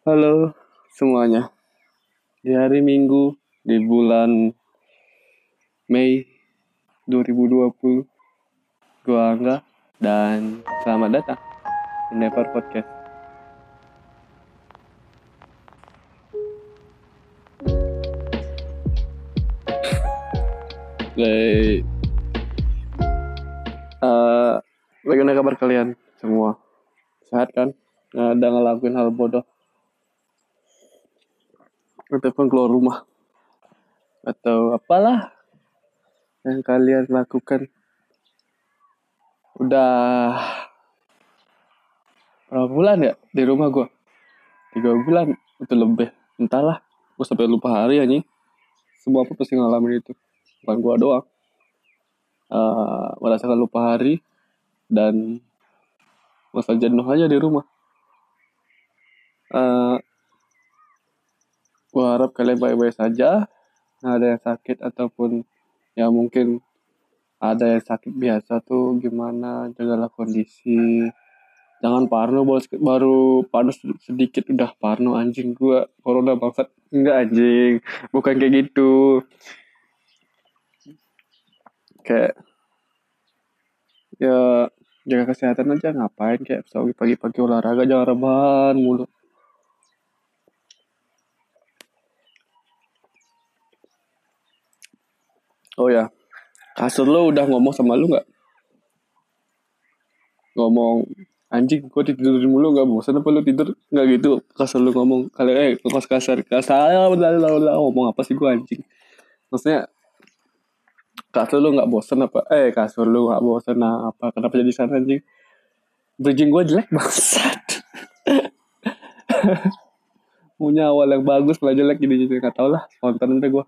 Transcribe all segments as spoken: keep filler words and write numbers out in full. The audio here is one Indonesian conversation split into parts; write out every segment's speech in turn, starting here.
Halo semuanya. Di hari Minggu di bulan Mei dua ribu dua puluh, gua Angga dan selamat datang di Never Podcast. Baik. Uh, bagaimana kabar kalian semua? Sehat kan? Nggak ada ngelakuin hal bodoh ataupun keluar rumah atau apalah yang kalian lakukan. Udah berapa bulan ya di rumah gua? Tiga bulan atau lebih, entahlah. Gua sampai lupa hari anjing. Semua apa pasti ngalamin itu, bukan gua doang. Uh, merasakan lupa hari dan masa jenuh aja di rumah. Uh, gua harap kalian baik-baik saja. Nggak ada yang sakit ataupun ya mungkin ada yang sakit biasa tuh gimana, jagalah kondisi. Jangan parno baru, baru panas sedikit udah parno anjing gua corona bangsat. Enggak anjing, bukan kayak gitu. Kayak ya jaga kesehatan aja, ngapain kayak pagi-pagi olahraga, jangan rebahan mulu. Oh ya, kasur lo udah ngomong sama lu nggak? Ngomong anjing gue tidurin mulu nggak bosan apa lu tidur? Nggak gitu kasur lu ngomong kalian eh kos kasar kasar udah udah udah ngomong apa sih gue anjing? Maksudnya kasur lu nggak bosan apa? Eh kasur lu nggak bosan nah apa? Kenapa jadi sana anjing? Bridging gue jelek bangsat. Punya awal yang bagus malah jelek jadi jadi nggak tau lah, spontan udah gue.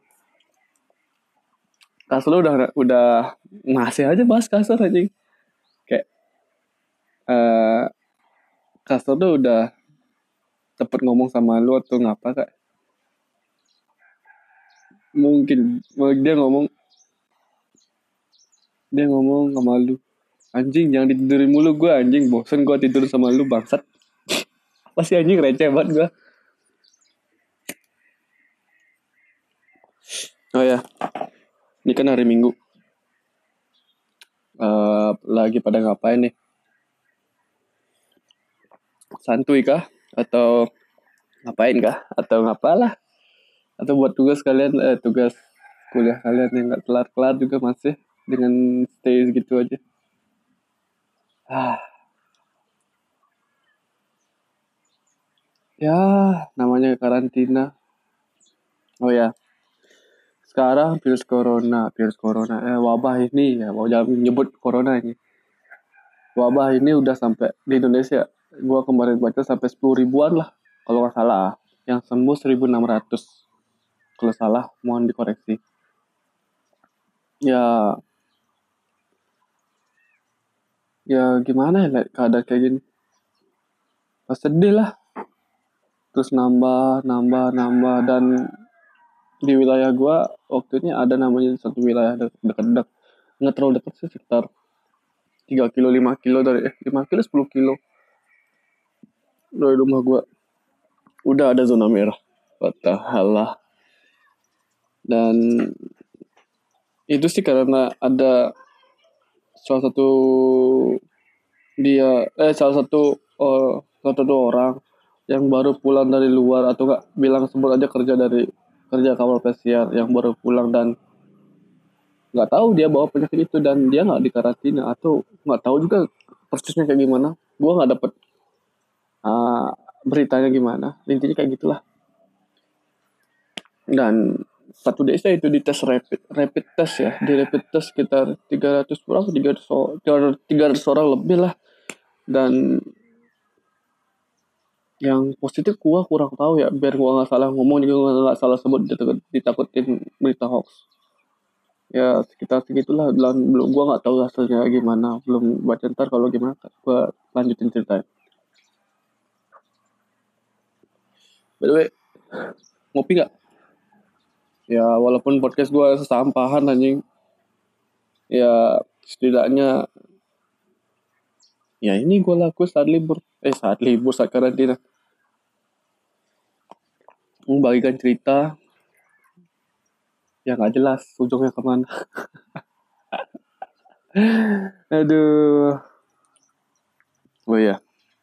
Kasur lu udah udah ngasih aja bahas kasur anjing. Kayak eh kasur lu udah cepet ngomong sama lu atau ngapa kak? Mungkin dia ngomong dia ngomong sama lu, anjing jangan ditidurin mulu gue anjing bosen gue tidur sama lu bangsat. Apa sih anjing receh banget gue. Oh ya, ini kan hari Minggu. Uh, lagi pada ngapain nih? Santuy kah? Atau ngapain kah? Atau ngapalah? Atau buat tugas kalian, eh, tugas kuliah kalian yang gak kelar-kelar juga masih dengan stay gitu aja. Ah. Ya, namanya karantina. Oh ya, sekarang virus corona, virus corona, eh wabah ini ya, mau jangan nyebut corona ini. Wabah ini udah sampai di Indonesia. Gua kemarin baca sampai sepuluh ribuan lah, kalau nggak salah. Yang sembuh seribu enam ratus. Kalau salah, mohon dikoreksi. Ya, ya gimana ya keadaan kayak gini? Pas sedih lah. Terus nambah, nambah, nambah dan di wilayah gua waktu ini ada namanya satu wilayah dekat-dekat, nggak terlalu dekat sih, sekitar tiga kilo, lima kilo dari eh lima kilo, sepuluh kilo dari rumah gua udah ada zona merah. What the hell lah. Dan itu sih karena ada salah satu dia eh salah satu oh, salah satu orang yang baru pulang dari luar atau nggak bilang sebut aja kerja dari kerja kapal pesiar yang baru pulang dan nggak tahu dia bawa penyakit itu dan dia nggak dikarantina atau nggak tahu juga persisnya kayak gimana. Gua nggak dapet uh, beritanya gimana. Intinya kayak gitulah. Dan satu desa itu dites rapid rapid test ya, di rapid test sekitar tiga ratus orang, tiga ratus orang lebih lah. Dan yang positif gua kurang tahu ya, biar gua nggak salah ngomong juga nggak salah sebut, ditakutin berita hoax ya, sekitar segitulah. Dan belum, gua nggak tahu hasilnya gimana, belum baca. Ntar kalau gimana gua lanjutin ceritanya. By the way, ngopi nggak? Ya walaupun podcast gua sesampahan anjing, ya setidaknya ya ini gue laku saat libur eh saat libur saat karantina. membagikan cerita yang gak jelas ujungnya kemana. Aduh. Oh iya,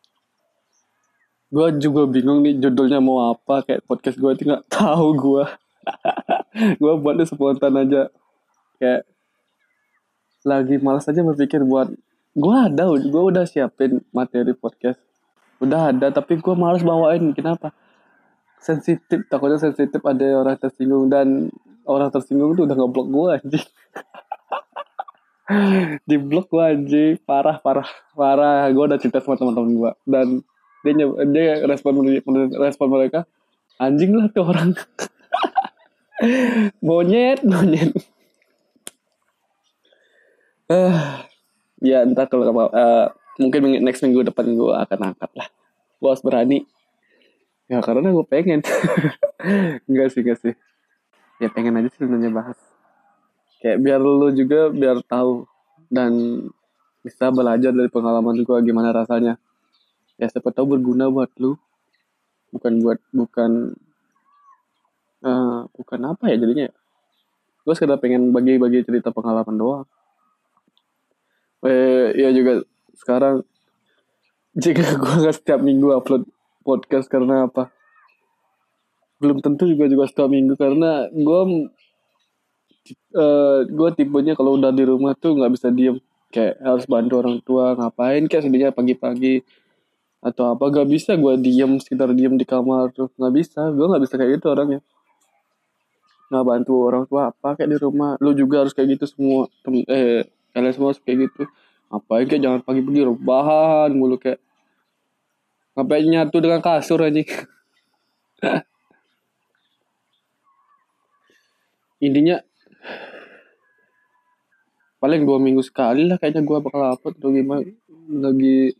gue juga bingung nih judulnya mau apa, kayak podcast gue itu nggak tahu gue. Gue buatnya spontan aja, kayak lagi malas aja berpikir buat. Gue ada, gue udah siapin materi podcast, udah ada, tapi gue malas bawain. Kenapa? Sensitif, takutnya sensitif ada orang tersinggung, dan orang tersinggung tuh udah ngeblok gue anjing. Di blok gue anjing, parah parah parah. Gue udah cerita sama teman-teman gue, dan dia nyob- dia respon respon mereka, anjing lah tuh orang. Monyet monyet. Eh ya entah kalau uh, mungkin next minggu depan gue akan angkat lah. Gue harus berani ya, karena gue pengen. Enggak sih, enggak sih, ya pengen aja sih sebenarnya bahas, kayak biar lu juga biar tahu dan bisa belajar dari pengalaman gue gimana rasanya. Ya siapa tahu berguna buat lu, bukan buat bukan uh, bukan apa ya jadinya. Gue sekedar pengen bagi-bagi cerita pengalaman doang. Eh ya juga sekarang jika gue nggak setiap minggu upload podcast, karena apa, belum tentu juga juga setiap minggu, karena gue uh, gue tipenya kalau udah di rumah tuh nggak bisa diem, kayak harus bantu orang tua ngapain kayak sedihnya pagi-pagi atau apa. Gak bisa gue diem sekitar diem di kamar tuh, nggak bisa, gue nggak bisa kayak gitu orangnya. Nggak bantu orang tua apa kayak di rumah. Lu juga harus kayak gitu semua, tem eh kalian semua harus kayak gitu. Ngapain kayak jangan pagi-pagi rebahan mulu, kayak ngapain nyatu dengan kasur aja. Intinya paling dua minggu sekali lah kayaknya gue bakal upload atau gimana. Lagi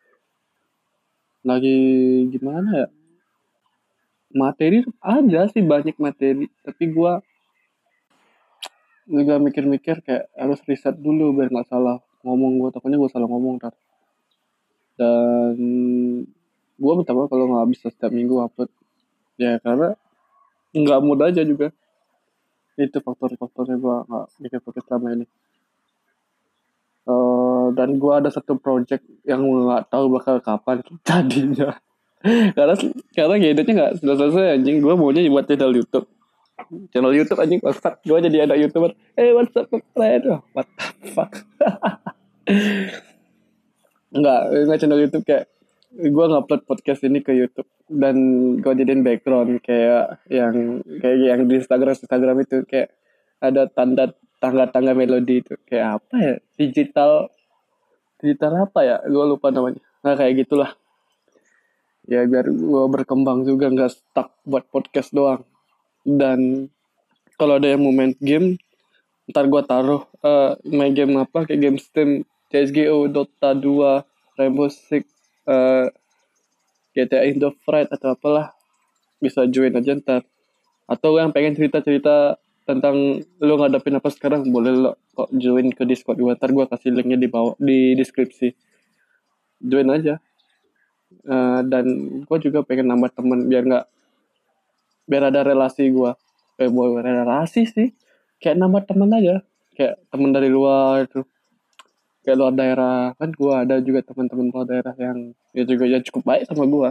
lagi gimana ya, materi aja sih, banyak materi, tapi gue juga mikir-mikir kayak harus riset dulu biar nggak salah ngomong. Gue takutnya gue salah ngomong ntar, dan gue minta maaf kalau nggak bisa setiap minggu upload ya, karena nggak mood aja juga. Itu faktor-faktornya gue nggak bikin podcast selama ini. Uh, dan gue ada satu project yang nggak tahu bakal kapan jadinya. karena karena editnya nggak selesai anjing. Gue maunya buat channel YouTube, channel YouTube anjing. WhatsApp gue jadi ada YouTuber, eh WhatsApp keren. Oh, what the fuck. Enggak, enggak channel YouTube, kayak gue ngupload podcast ini ke YouTube dan gue jadiin background kayak yang kayak yang di Instagram Instagram itu, kayak ada tanda tangga-tangga melodi itu, kayak apa ya, digital digital apa ya, gue lupa namanya. Nah kayak gitulah ya, biar gue berkembang juga, nggak stuck buat podcast doang. Dan kalau ada yang mau main game, ntar gue taruh uh, main game apa, kayak game Steam, C S G O, Dota dua, Rainbow Six, uh, G T A Indofright atau apalah, bisa join aja ntar. Atau yang pengen cerita-cerita tentang lo ngadepin apa sekarang, boleh lo kok join ke Discord gue, ntar gue kasih linknya di bawah di deskripsi, join aja. Uh, dan gue juga pengen nambah temen biar nggak, biar ada relasi gue, eh bukan relasi sih, kayak nambah temen aja, kayak temen dari luar itu, kayak luar daerah kan. Gue ada juga teman-teman luar daerah yang ya juga ya cukup baik sama gue,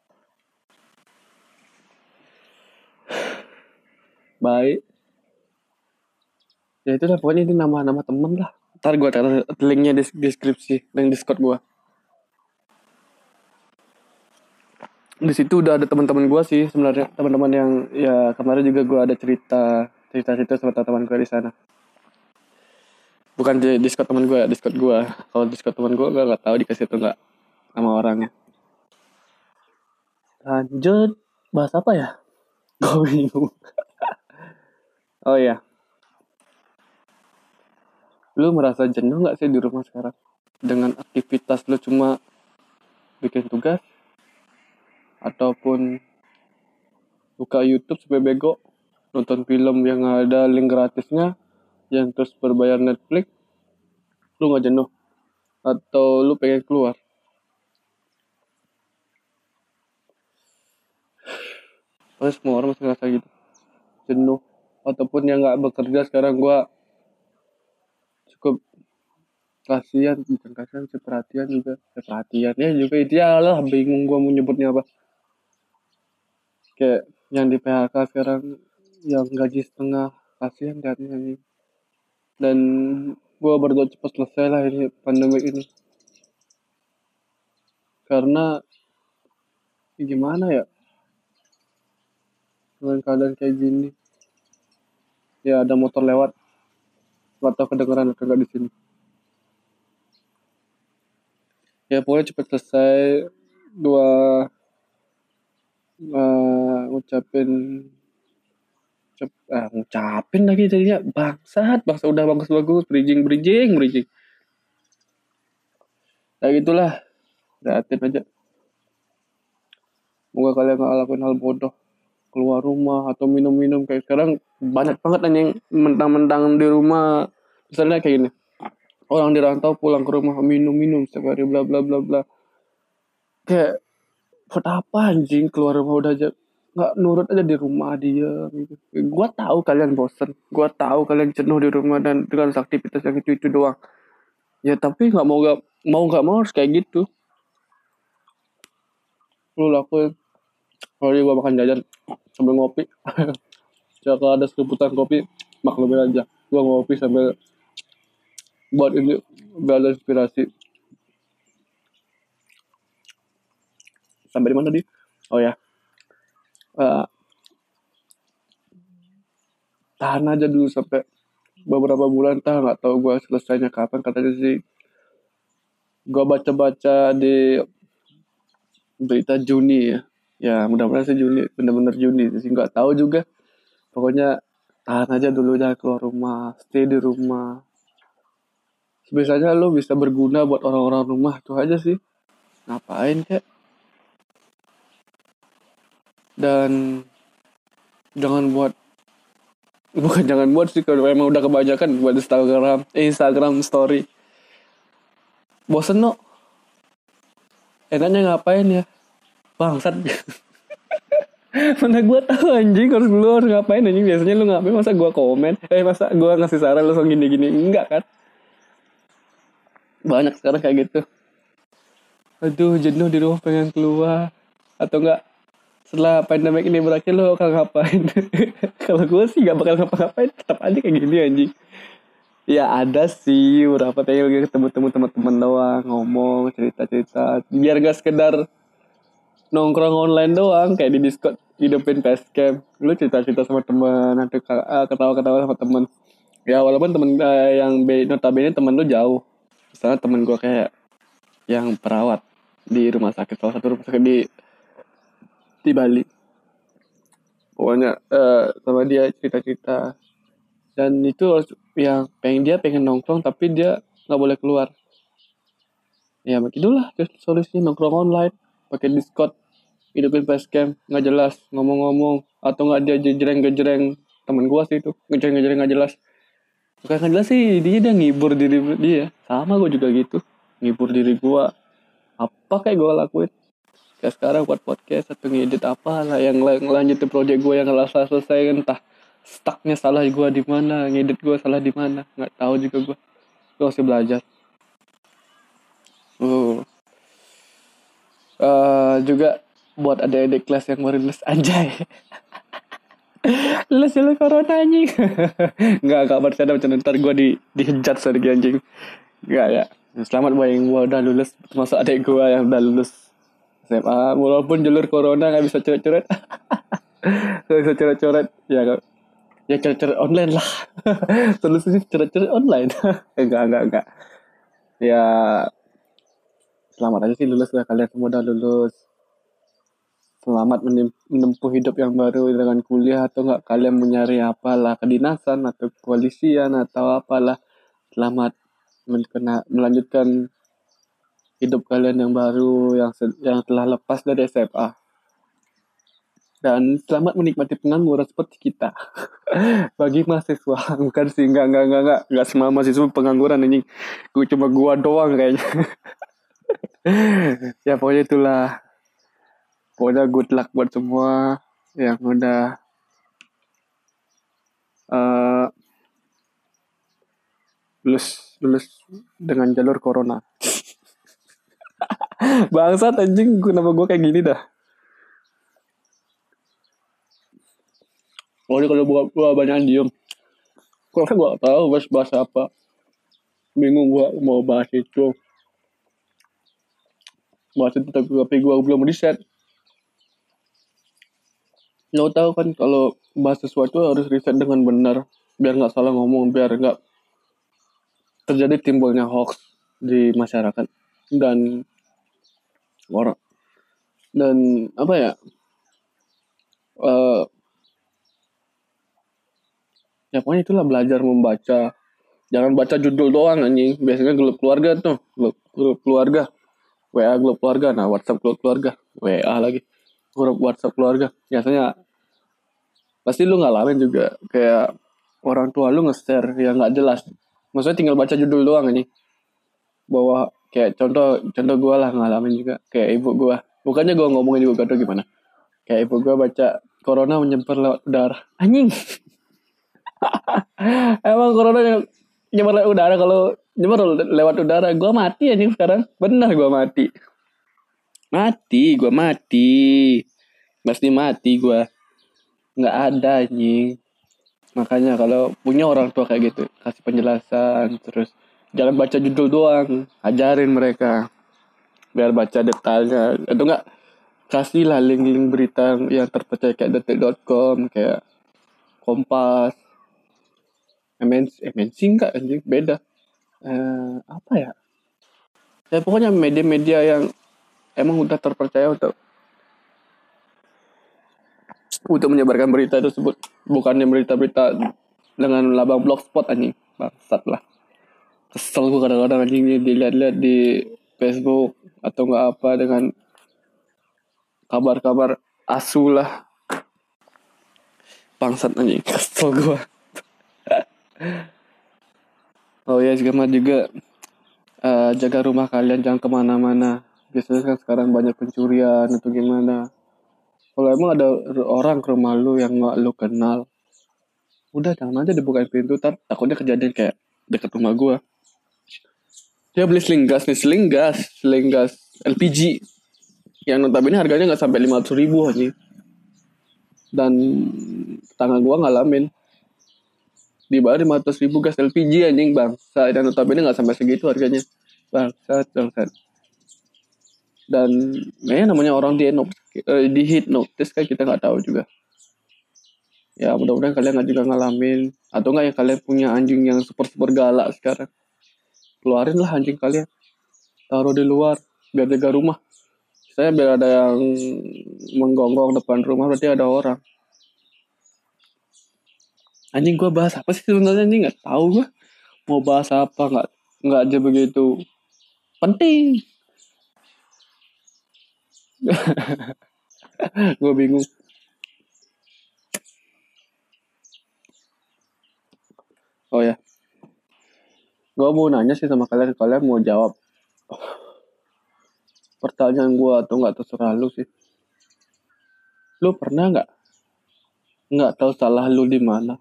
baik ya. Itu lah pokoknya, ini nama-nama temen lah. Ntar gue taruh linknya di deskripsi, link Discord gue. Di situ udah ada teman-teman gue sih sebenarnya, teman-teman yang ya kemarin juga gue ada cerita cerita cerita sama teman gue di sana. Bukan di Discord teman gue, Discord gue. Kalau Discord teman gue gue nggak tahu dikasih atau nggak sama orangnya. Lanjut bahas apa ya? Gue bingung. Oh iya, lu merasa jenuh nggak sih di rumah sekarang dengan aktivitas lu cuma bikin tugas ataupun buka YouTube sampai bego, nonton film yang ada link gratisnya, yang terus berbayar Netflix? Lu nggak jenuh atau lu pengen keluar? Pokoknya semua orang masih ngerasa gitu, jenuh. Ataupun yang nggak bekerja sekarang gue cukup kasihan, bukan kasihan sih, perhatian juga. Ya, perhatian ya juga ideal lah, bingung gue mau nyebutnya apa. Kayak yang di P H K sekarang, yang gaji setengah, kasihan liatnya ini. Dan gue berdoa cepat selesai lah ini pandemi ini, karena gimana ya, dengan keadaan kayak gini. Ya ada motor lewat, nggak tahu kedengeran atau nggak di sini. Ya pokoknya cepet selesai. Dua uh, ngucapin cep, ah, ngucapin lagi jadinya bangsat bangsa udah bagus-bagus, bridging bridging bridging. Ya gitulah, liatin aja. Semoga kalian nggak lakuin hal bodoh, keluar rumah atau minum-minum kayak sekarang. Banyak banget yang mentang-mentang di rumah, misalnya kayak gini, orang di rantau pulang ke rumah minum-minum setiap hari, bla bla bla bla. Kayak buat apa anjing keluar rumah, udah aja nggak nurut aja di rumah dia gitu. Gua tahu kalian bosen, gua tahu kalian jenuh di rumah dan dengan aktivitas yang itu itu doang. Ya tapi nggak mau nggak mau nggak mau harus kayak gitu. Lu lakuin. Kalau gua makan jajan sambil ngopi, kalau ada sebutan kopi maklumin aja. Gua ngopi sambil buat ini biar ada inspirasi. Sampai di mana tadi? Oh ya, uh, tahan aja dulu sampai beberapa bulan, tah nggak tahu gue selesainya kapan. Katanya sih, gue baca-baca di berita Juni ya. Ya mudah-mudahan sih Juni, bener-bener Juni sih, nggak tahu juga. Pokoknya tahan aja dulu, jangan keluar rumah, stay di rumah. Biasanya lo bisa berguna buat orang-orang rumah, itu aja sih. Ngapain kek? Dan jangan buat, bukan jangan buat sih, kalau emang udah kebanyakan buat Instagram, Instagram story. Bosen no? Enaknya ngapain ya? Bangsat. Mana gue tahu anjing, harus lu harus ngapain anjing. Biasanya lu ngapain, masa gue komen, eh masa gue ngasih saran langsung gini-gini, enggak kan? Banyak sekarang kayak gitu. Aduh jenuh di rumah, pengen keluar. Atau enggak, setelah pandemi ini berakhir lo akan ngapain? Kalau gue sih gak bakal ngapa-ngapain, tetap aja kayak gini anjing. Ya ada sih beberapa pengen lagi ketemu-temu teman-teman doang, ngomong cerita-cerita, biar gak sekedar nongkrong online doang kayak di Discord, hidupin facecam, lu cerita-cerita sama teman, nanti uh, ketawa-ketawa sama teman. Ya walaupun temen uh, yang be, notabene temen lu jauh, misalnya temen gue kayak yang perawat di rumah sakit, salah satu rumah sakit di di Bali. Pokoknya uh, sama dia cerita-cerita, dan itu yang pengen dia pengen nongkrong tapi dia nggak boleh keluar. Ya begitulah solusinya, nongkrong online pakai Discord, hidupin facecam, nggak jelas ngomong-ngomong, atau nggak dia gejreng-gejreng. Temen gua sih itu ngejreng-ngejreng nggak jelas, bukan nggak jelas sih, dia dia ngibur diri dia. Sama gua juga gitu, ngibur diri gua. Apa kayak gua lakuin kayak sekarang buat podcast atau ngedit apa lah, yang ng- ngelanjutin project gua yang nggak selesai, entah stucknya salah gua di mana, ngedit gua salah di mana, nggak tahu juga gua. Gua masih belajar. uh. Uh, juga buat adik-adik kelas yang baru lulus, anjay. Lulus dulu corona anjing. Enggak, enggak bercanda, bercanda. Ntar gue di, dihujat lagi anjing. Enggak ya. Selamat buat yang gue udah lulus, termasuk adik gue yang udah lulus S M A. Walaupun jalur corona gak bisa coret-coret. Gak bisa coret-coret. Ya, gak. Ya coret-coret online lah. Solusinya coret-coret online. Enggak, enggak, enggak. Ya, selamat aja sih lulus lah. Kalian semua udah lulus. Selamat menempuh hidup yang baru dengan kuliah, atau enggak kalian mencari apalah, kedinasan atau kepolisian atau apalah. Selamat menkena, melanjutkan hidup kalian yang baru, yang yang telah lepas dari S M A. Dan selamat menikmati pengangguran seperti kita. Bagi mahasiswa, bukan sih, enggak enggak enggak enggak, enggak semua mahasiswa pengangguran anjing. Gue cuma gua doang kayaknya. Ya pokoknya itulah. Pokoknya good luck buat semua. yang udah uh, lulus lulus dengan jalur corona. Bangsat anjing, kenapa gue kayak gini dah? Oh, kalau gua, gua banyak diem. Karena gua tahu bahas bahas apa. Bingung gua mau bahas itu. Bahas itu tapi, tapi gua belum riset. Lo tahu kan kalau bahas sesuatu harus riset dengan benar biar nggak salah ngomong, biar nggak terjadi timbulnya hoax di masyarakat dan orang dan apa ya? Uh, ya pokoknya itulah belajar membaca. Jangan baca judul doang anjing. Biasanya grup keluarga tuh, grup, grup keluarga, W A grup keluarga, nah WhatsApp grup keluarga, W A lagi, grup WhatsApp keluarga. Biasanya pasti lu ngalamin juga kayak orang tua lu nge-share yang nggak jelas. Maksudnya tinggal baca judul doang ini. Bahwa kayak contoh contoh gue lah ngalamin juga kayak ibu gue. Bukannya gue ngomongin ibu gue tuh gimana. Kayak ibu gue baca corona menyebar lewat udara. Anjing. Emang corona yang nyebar lewat udara, kalau nyebar lewat udara gue mati anjing sekarang. Benar gue mati. Mati, gue mati. Pasti mati gue. Nggak ada anjing. Makanya kalau punya orang tua kayak gitu, kasih penjelasan, terus jangan baca judul doang, ajarin mereka biar baca detailnya. Atau enggak, kasihlah link-link berita yang terpercaya kayak detik dot com, kayak Kompas, M N C, M N C enggak anjing, beda. Eh, apa ya? Ya pokoknya media-media yang emang udah terpercaya untuk untuk menyebarkan berita tersebut, bukannya berita-berita dengan labang blogspot anjing. Bangsat lah. Kesel gue kadang-kadang anjingnya dilihat-lihat di Facebook atau nggak apa dengan kabar-kabar asu lah. Bangsat anjing, kesel gue. Oh ya, juga juga uh, jaga rumah kalian, jangan kemana-mana. Biasanya kan sekarang banyak pencurian atau gimana. Kalau emang ada orang ke rumah lu yang nggak lu kenal, udah jangan aja dibukain pintu, tar takutnya kejadian kayak dekat rumah gue. Dia beli seling gas nih, seling gas, seling gas L P G yang notabene harganya nggak sampai lima ratus ribu aja. Dan tangan gua ngalamin di bawah lima ratus ribu gas L P G anjing bangsa, dan notabene nggak sampai segitu harganya. Bangsat, bangsat. Dan ya namanya orang di eh, di hipnotis kan kita nggak tahu juga. Ya mudah-mudahan kalian nggak juga ngalamin, atau nggak ya kalian punya anjing yang super super galak sekarang, keluarin lah anjing kalian, taruh di luar biar jaga rumah. Saya biar ada yang menggonggong depan rumah berarti ada orang. Anjing gue bahas apa sih sebenarnya, anjing nggak tahu gue mau bahas apa, nggak nggak aja begitu penting. Gue bingung. Oh ya, gue mau nanya sih sama kalian, kalian mau jawab pertanyaan gue atau nggak, terserah lu sih. Lu pernah nggak nggak tahu salah lu di mana?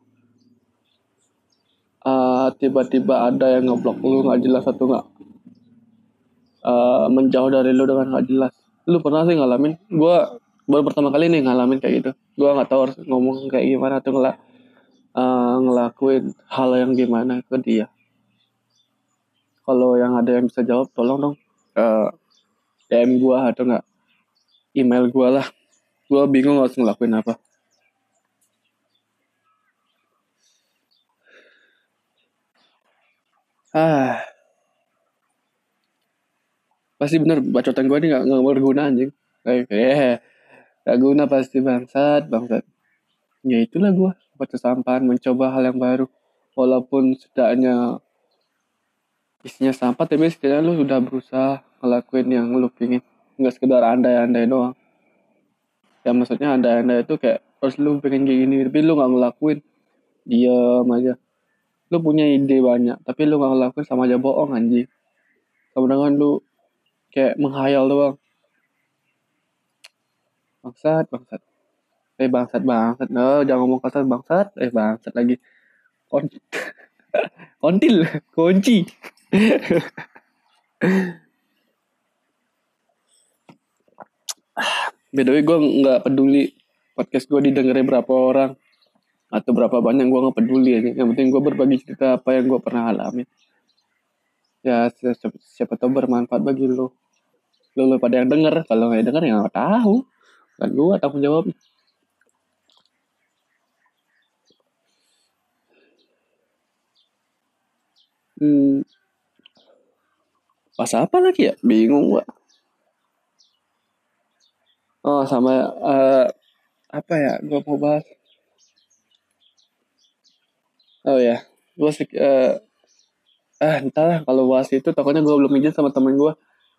Uh, tiba-tiba ada yang ngeblok lu nggak jelas atau nggak uh, menjauh dari lu dengan nggak jelas. Lu pernah sih ngalamin? Gue baru pertama kali nih ngalamin kayak gitu. Gue nggak tahu harus ngomong kayak gimana atau ngelak uh, ngelakuin hal yang gimana ke dia. Kalau yang ada yang bisa jawab, tolong dong uh, D M gue atau nggak email gue lah. Gue bingung harus ngelakuin apa. Ah, pasti bener bacotan gue nih nggak nggak berguna anjing. Kayak eh nggak guna pasti, bangsat bangsat. Ya itulah gue, baca sampahan, mencoba hal yang baru. Walaupun setidaknya isinya sampah, tapi setidaknya lu sudah berusaha ngelakuin yang lu pingin. Nggak sekedar andai-andai doang. Ya maksudnya andai-andai itu kayak terus lu pengen kayak gini, tapi lu nggak ngelakuin, diam aja. Lu punya ide banyak, tapi lu nggak ngelakuin, sama aja bohong anjing. Sama dengan lu kayak menghayal doang. Bangsat, bangsat. Eh bangsat bangsat. No, jangan ngomong kasar bangsat. Eh bangsat lagi. Kon kontil, kunci. By the way, gue nggak peduli podcast gue didengerin berapa orang atau berapa banyak, gue nggak peduli aja. Yang penting gue berbagi cerita apa yang gue pernah alami. Ya siapa, siapa tahu bermanfaat bagi lo. Lo, lo pada yang denger, kalau nggak denger ya nggak tahu. Kan gue tanggung jawab. Hmm, pas apa lagi ya? Bingung gue. Oh sama uh, apa ya? Gue mau bahas. Oh ya, gue uh, ah entahlah kalau bahas itu takutnya gue belum izin sama temen gue.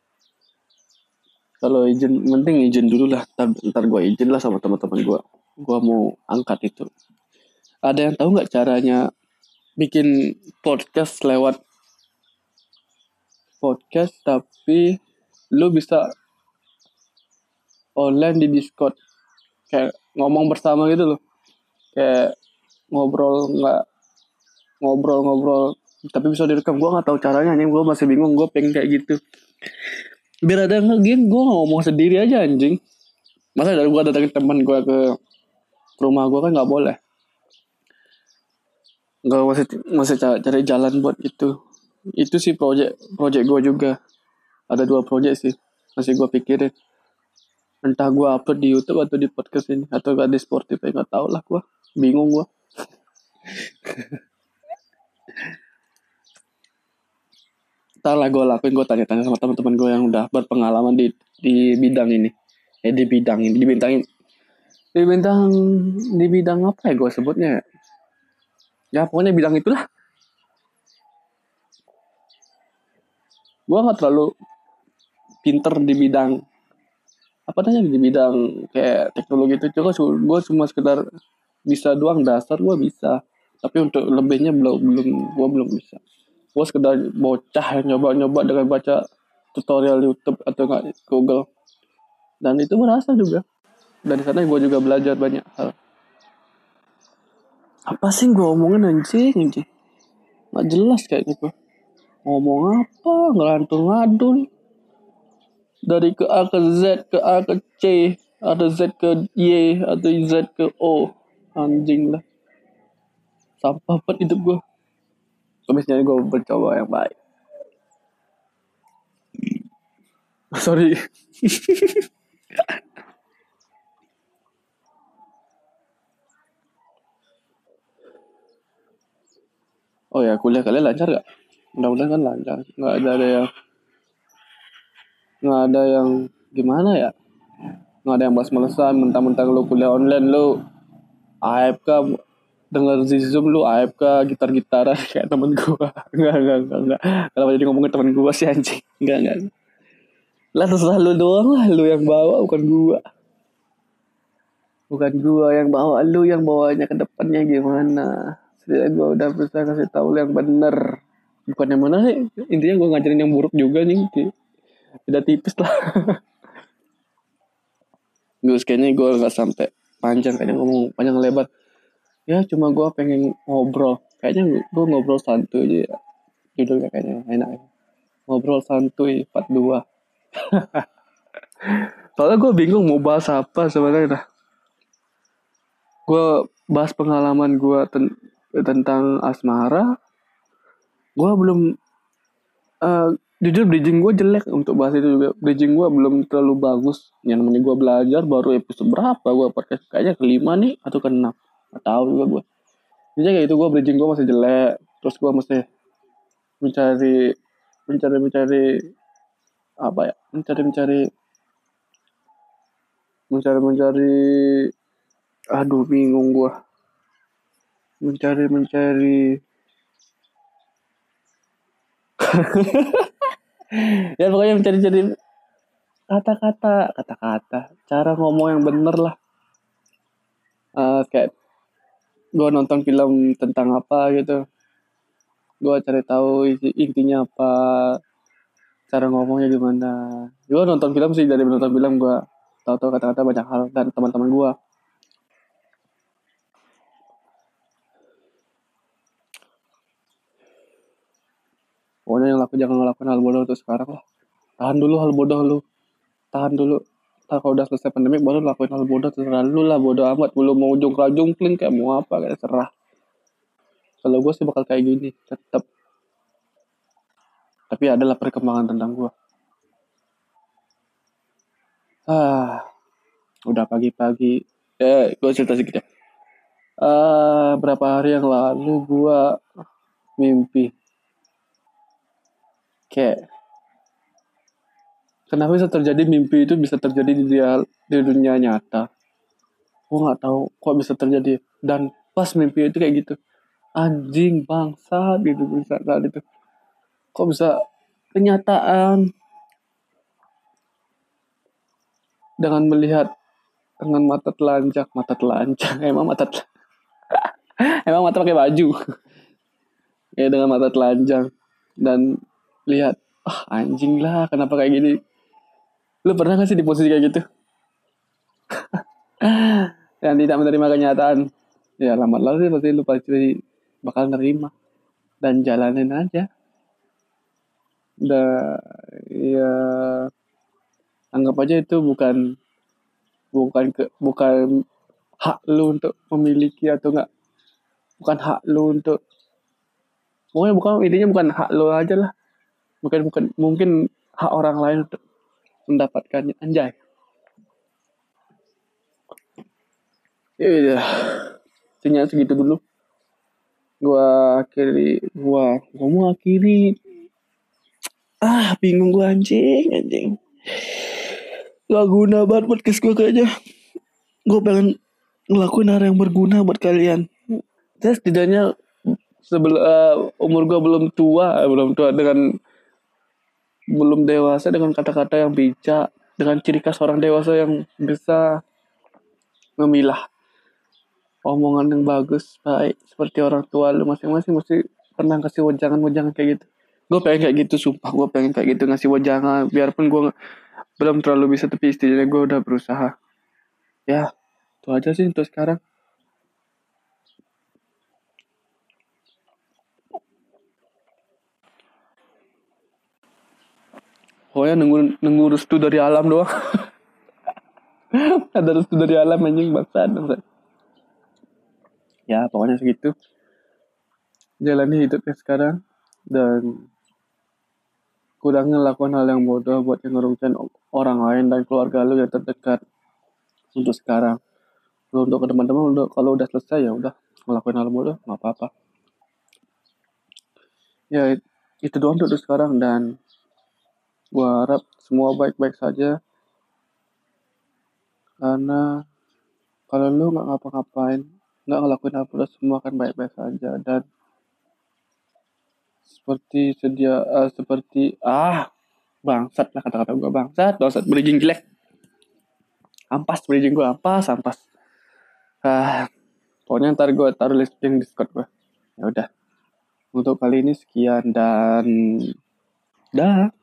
Kalau izin, penting izin dulu lah. Ntar, ntar gue izin lah sama teman-teman gue. Gue mau angkat itu. Ada yang tahu nggak caranya bikin podcast lewat podcast tapi lu bisa online di Discord, kayak ngomong bersama gitu loh, kayak ngobrol nggak ngobrol-ngobrol tapi bisa direkam. Gue nggak tahu caranya nih, gue masih bingung. Gue pengen kayak gitu biar ada nge-game. Gue ngomong sendiri aja anjing. Masa dari gue datangin teman gue ke rumah gue, kan nggak boleh. Nggak, masih masih cari jalan buat itu. Itu sih project project gue juga. Ada dua project sih masih gue pikirin. Entah gue upload di YouTube atau di podcast ini atau gak di Spotify, nggak tahu lah gue. Bingung gue. Ntar lah gue lakuin, gue tanya-tanya sama teman-teman gue yang udah berpengalaman di di bidang ini. Eh di bidang ini, di bidang di bidang di bidang apa ya gue sebutnya? Ya pokoknya bidang itulah. Gue nggak terlalu pinter di bidang apa namanya, di bidang kayak teknologi itu. Cuma gue cuma sekedar bisa doang, dasar gue bisa. Tapi untuk lebihnya belum belum gue belum bisa. Gue sekedar bocah yang nyoba-nyoba dengan baca tutorial YouTube atau nggak Google, dan itu merasa juga dari sana gue juga belajar banyak hal. Apa sih gue omongin anjing anjing nggak jelas kayak gitu. Ngomong apa ngelantur ngadul dari ke A ke Z, ke A ke C, atau Z ke Y, atau Z ke O. Anjing lah, sampah banget hidup gue. Habisnya gue bercoba yang baik. Sorry. Oh ya, kuliah kalian lancar gak? Mudah-mudahan kan lancar. Nggak ada, ada yang nggak ada yang gimana ya? Nggak ada yang balas-malesan mentang-mentang lu kuliah online, lu A F K denger di Zoom, lu A F K gitar-gitaran kayak temen gue. Enggak, enggak, enggak, enggak. Kenapa jadi ngomongin temen gue sih anjing? Enggak, enggak. Lah terserah lu doang lah, lu yang bawa bukan gua. Bukan gua yang bawa, lu yang bawanya ke depannya gimana. Saya gua udah berusaha kasih tahu lu yang bener. Bukan yang mana sih, intinya gua ngajarin yang buruk juga nih. Udah tipis lah. Gus kayaknya gua gak sampai panjang, kayaknya ngomong panjang lebar. Ya cuma gua pengen ngobrol. Kayaknya gua ngobrol santuy aja ya. Judulnya kayaknya enak ya. Ngobrol santuy part dua. Soalnya gue bingung mau bahas apa sebenarnya. Gue bahas pengalaman gue ten- tentang asmara. Gue belum uh, jujur bridging gue jelek untuk bahas itu juga. Bridging gue belum terlalu bagus. Yang namanya gue belajar baru episode berapa gue podcast, kayaknya kelima nih atau keenam. Gak tahu juga gue. Jadi kayak itu gue bridging gue masih jelek. Terus gue masih mencari mencari mencari apa ya? Mencari mencari mencari mencari. Aduh bingung gue. Mencari mencari. Ya pokoknya mencari-cari kata-kata, kata-kata, cara ngomong yang bener lah. Uh, kayak gue nonton film tentang apa gitu, gue cari tahu intinya apa, cara ngomongnya gimana. Gue nonton film sih, dari nonton film gue tahu-tahu kata-kata banyak hal dan teman-teman gue. pokoknya yang laku jangan ngelakuin hal bodoh tuh sekarang lah. Tahan dulu hal bodoh lu, tahan dulu. Ntar kalau udah selesai pandemi baru lakuin hal bodoh, terserah lu lah, bodoh amat. Belum mau jungkrak-jungkling kayak mau apa, kayak serah. Kalau gue sih bakal kayak gini tetap, tapi adalah perkembangan tentang gue. Ah, udah pagi-pagi. Eh, gue cerita sedikit ya. Ah, berapa hari yang lalu gue mimpi kayak, kenapa bisa terjadi mimpi itu bisa terjadi di dia, di dunia nyata. Gue nggak tahu kok bisa terjadi. Dan pas mimpi itu kayak gitu, anjing bangsa gitu bisa saat itu. Kok bisa kenyataan dengan melihat dengan mata telanjang, mata telanjang, emang mata tel- emang mata pakai baju, ya dengan mata telanjang dan lihat, ah anjing lah kenapa kayak gini. Lu pernah gak sih di posisi kayak gitu? Yang tidak menerima kenyataan. Ya lambat laun sih pasti lu pasti bakal nerima dan jalanin aja. Udah, ya anggap aja itu bukan bukan ke, bukan hak lu untuk memiliki atau enggak, bukan hak lu untuk, pokoknya bukan, intinya bukan hak lu aja lah, bukan bukan mungkin hak orang lain untuk mendapatkannya, anjay. Iya, tinggal segitu dulu. Gua akhiri, gua gua mau akhiri. Ah, bingung gua anjing, anjing. Gak guna banget podcast gua kayaknya. Gua pengen ngelakuin hal yang berguna buat kalian. Saya setidaknya sebelum uh, umur gua belum tua, belum tua dengan belum dewasa dengan kata-kata yang bijak, dengan ciri khas orang dewasa yang bisa memilah omongan yang bagus, baik, seperti orang tua lu masing-masing mesti pernah kasih wejangan-wejangan kayak gitu. Gue pengen kayak gitu, sumpah gue pengen kayak gitu, ngasih wejangan, biarpun gue belum terlalu bisa, tapi istilahnya gue udah berusaha. Ya, itu aja sih untuk sekarang. Pokoknya nunggu nunggu restu dari alam doang. Ada restu dari alam anjing, bangsat, bangsat. Ya, pokoknya segitu. Jalani hidupnya sekarang dan kurangnya lakukan hal yang bodoh buat yang ngerugikan orang lain dan keluarga lu yang terdekat untuk sekarang. Lu untuk ke teman-teman udah, kalau udah selesai ya udah ngelakuin hal bodoh nggak apa-apa. Ya itu doang untuk sekarang dan gua harap semua baik-baik saja, karena kalau lu nggak ngapa-ngapain, nggak ngelakuin hal bodoh, semua akan baik-baik saja. Dan seperti sedia uh, seperti ah bangsat lah kata-kata gua, bangsat bangsat bridging jelek, ampas bridging gua, ampas ampas. Ah, pokoknya ntar gue taruh list yang Discord gue. Ya udah, untuk kali ini sekian dan dah.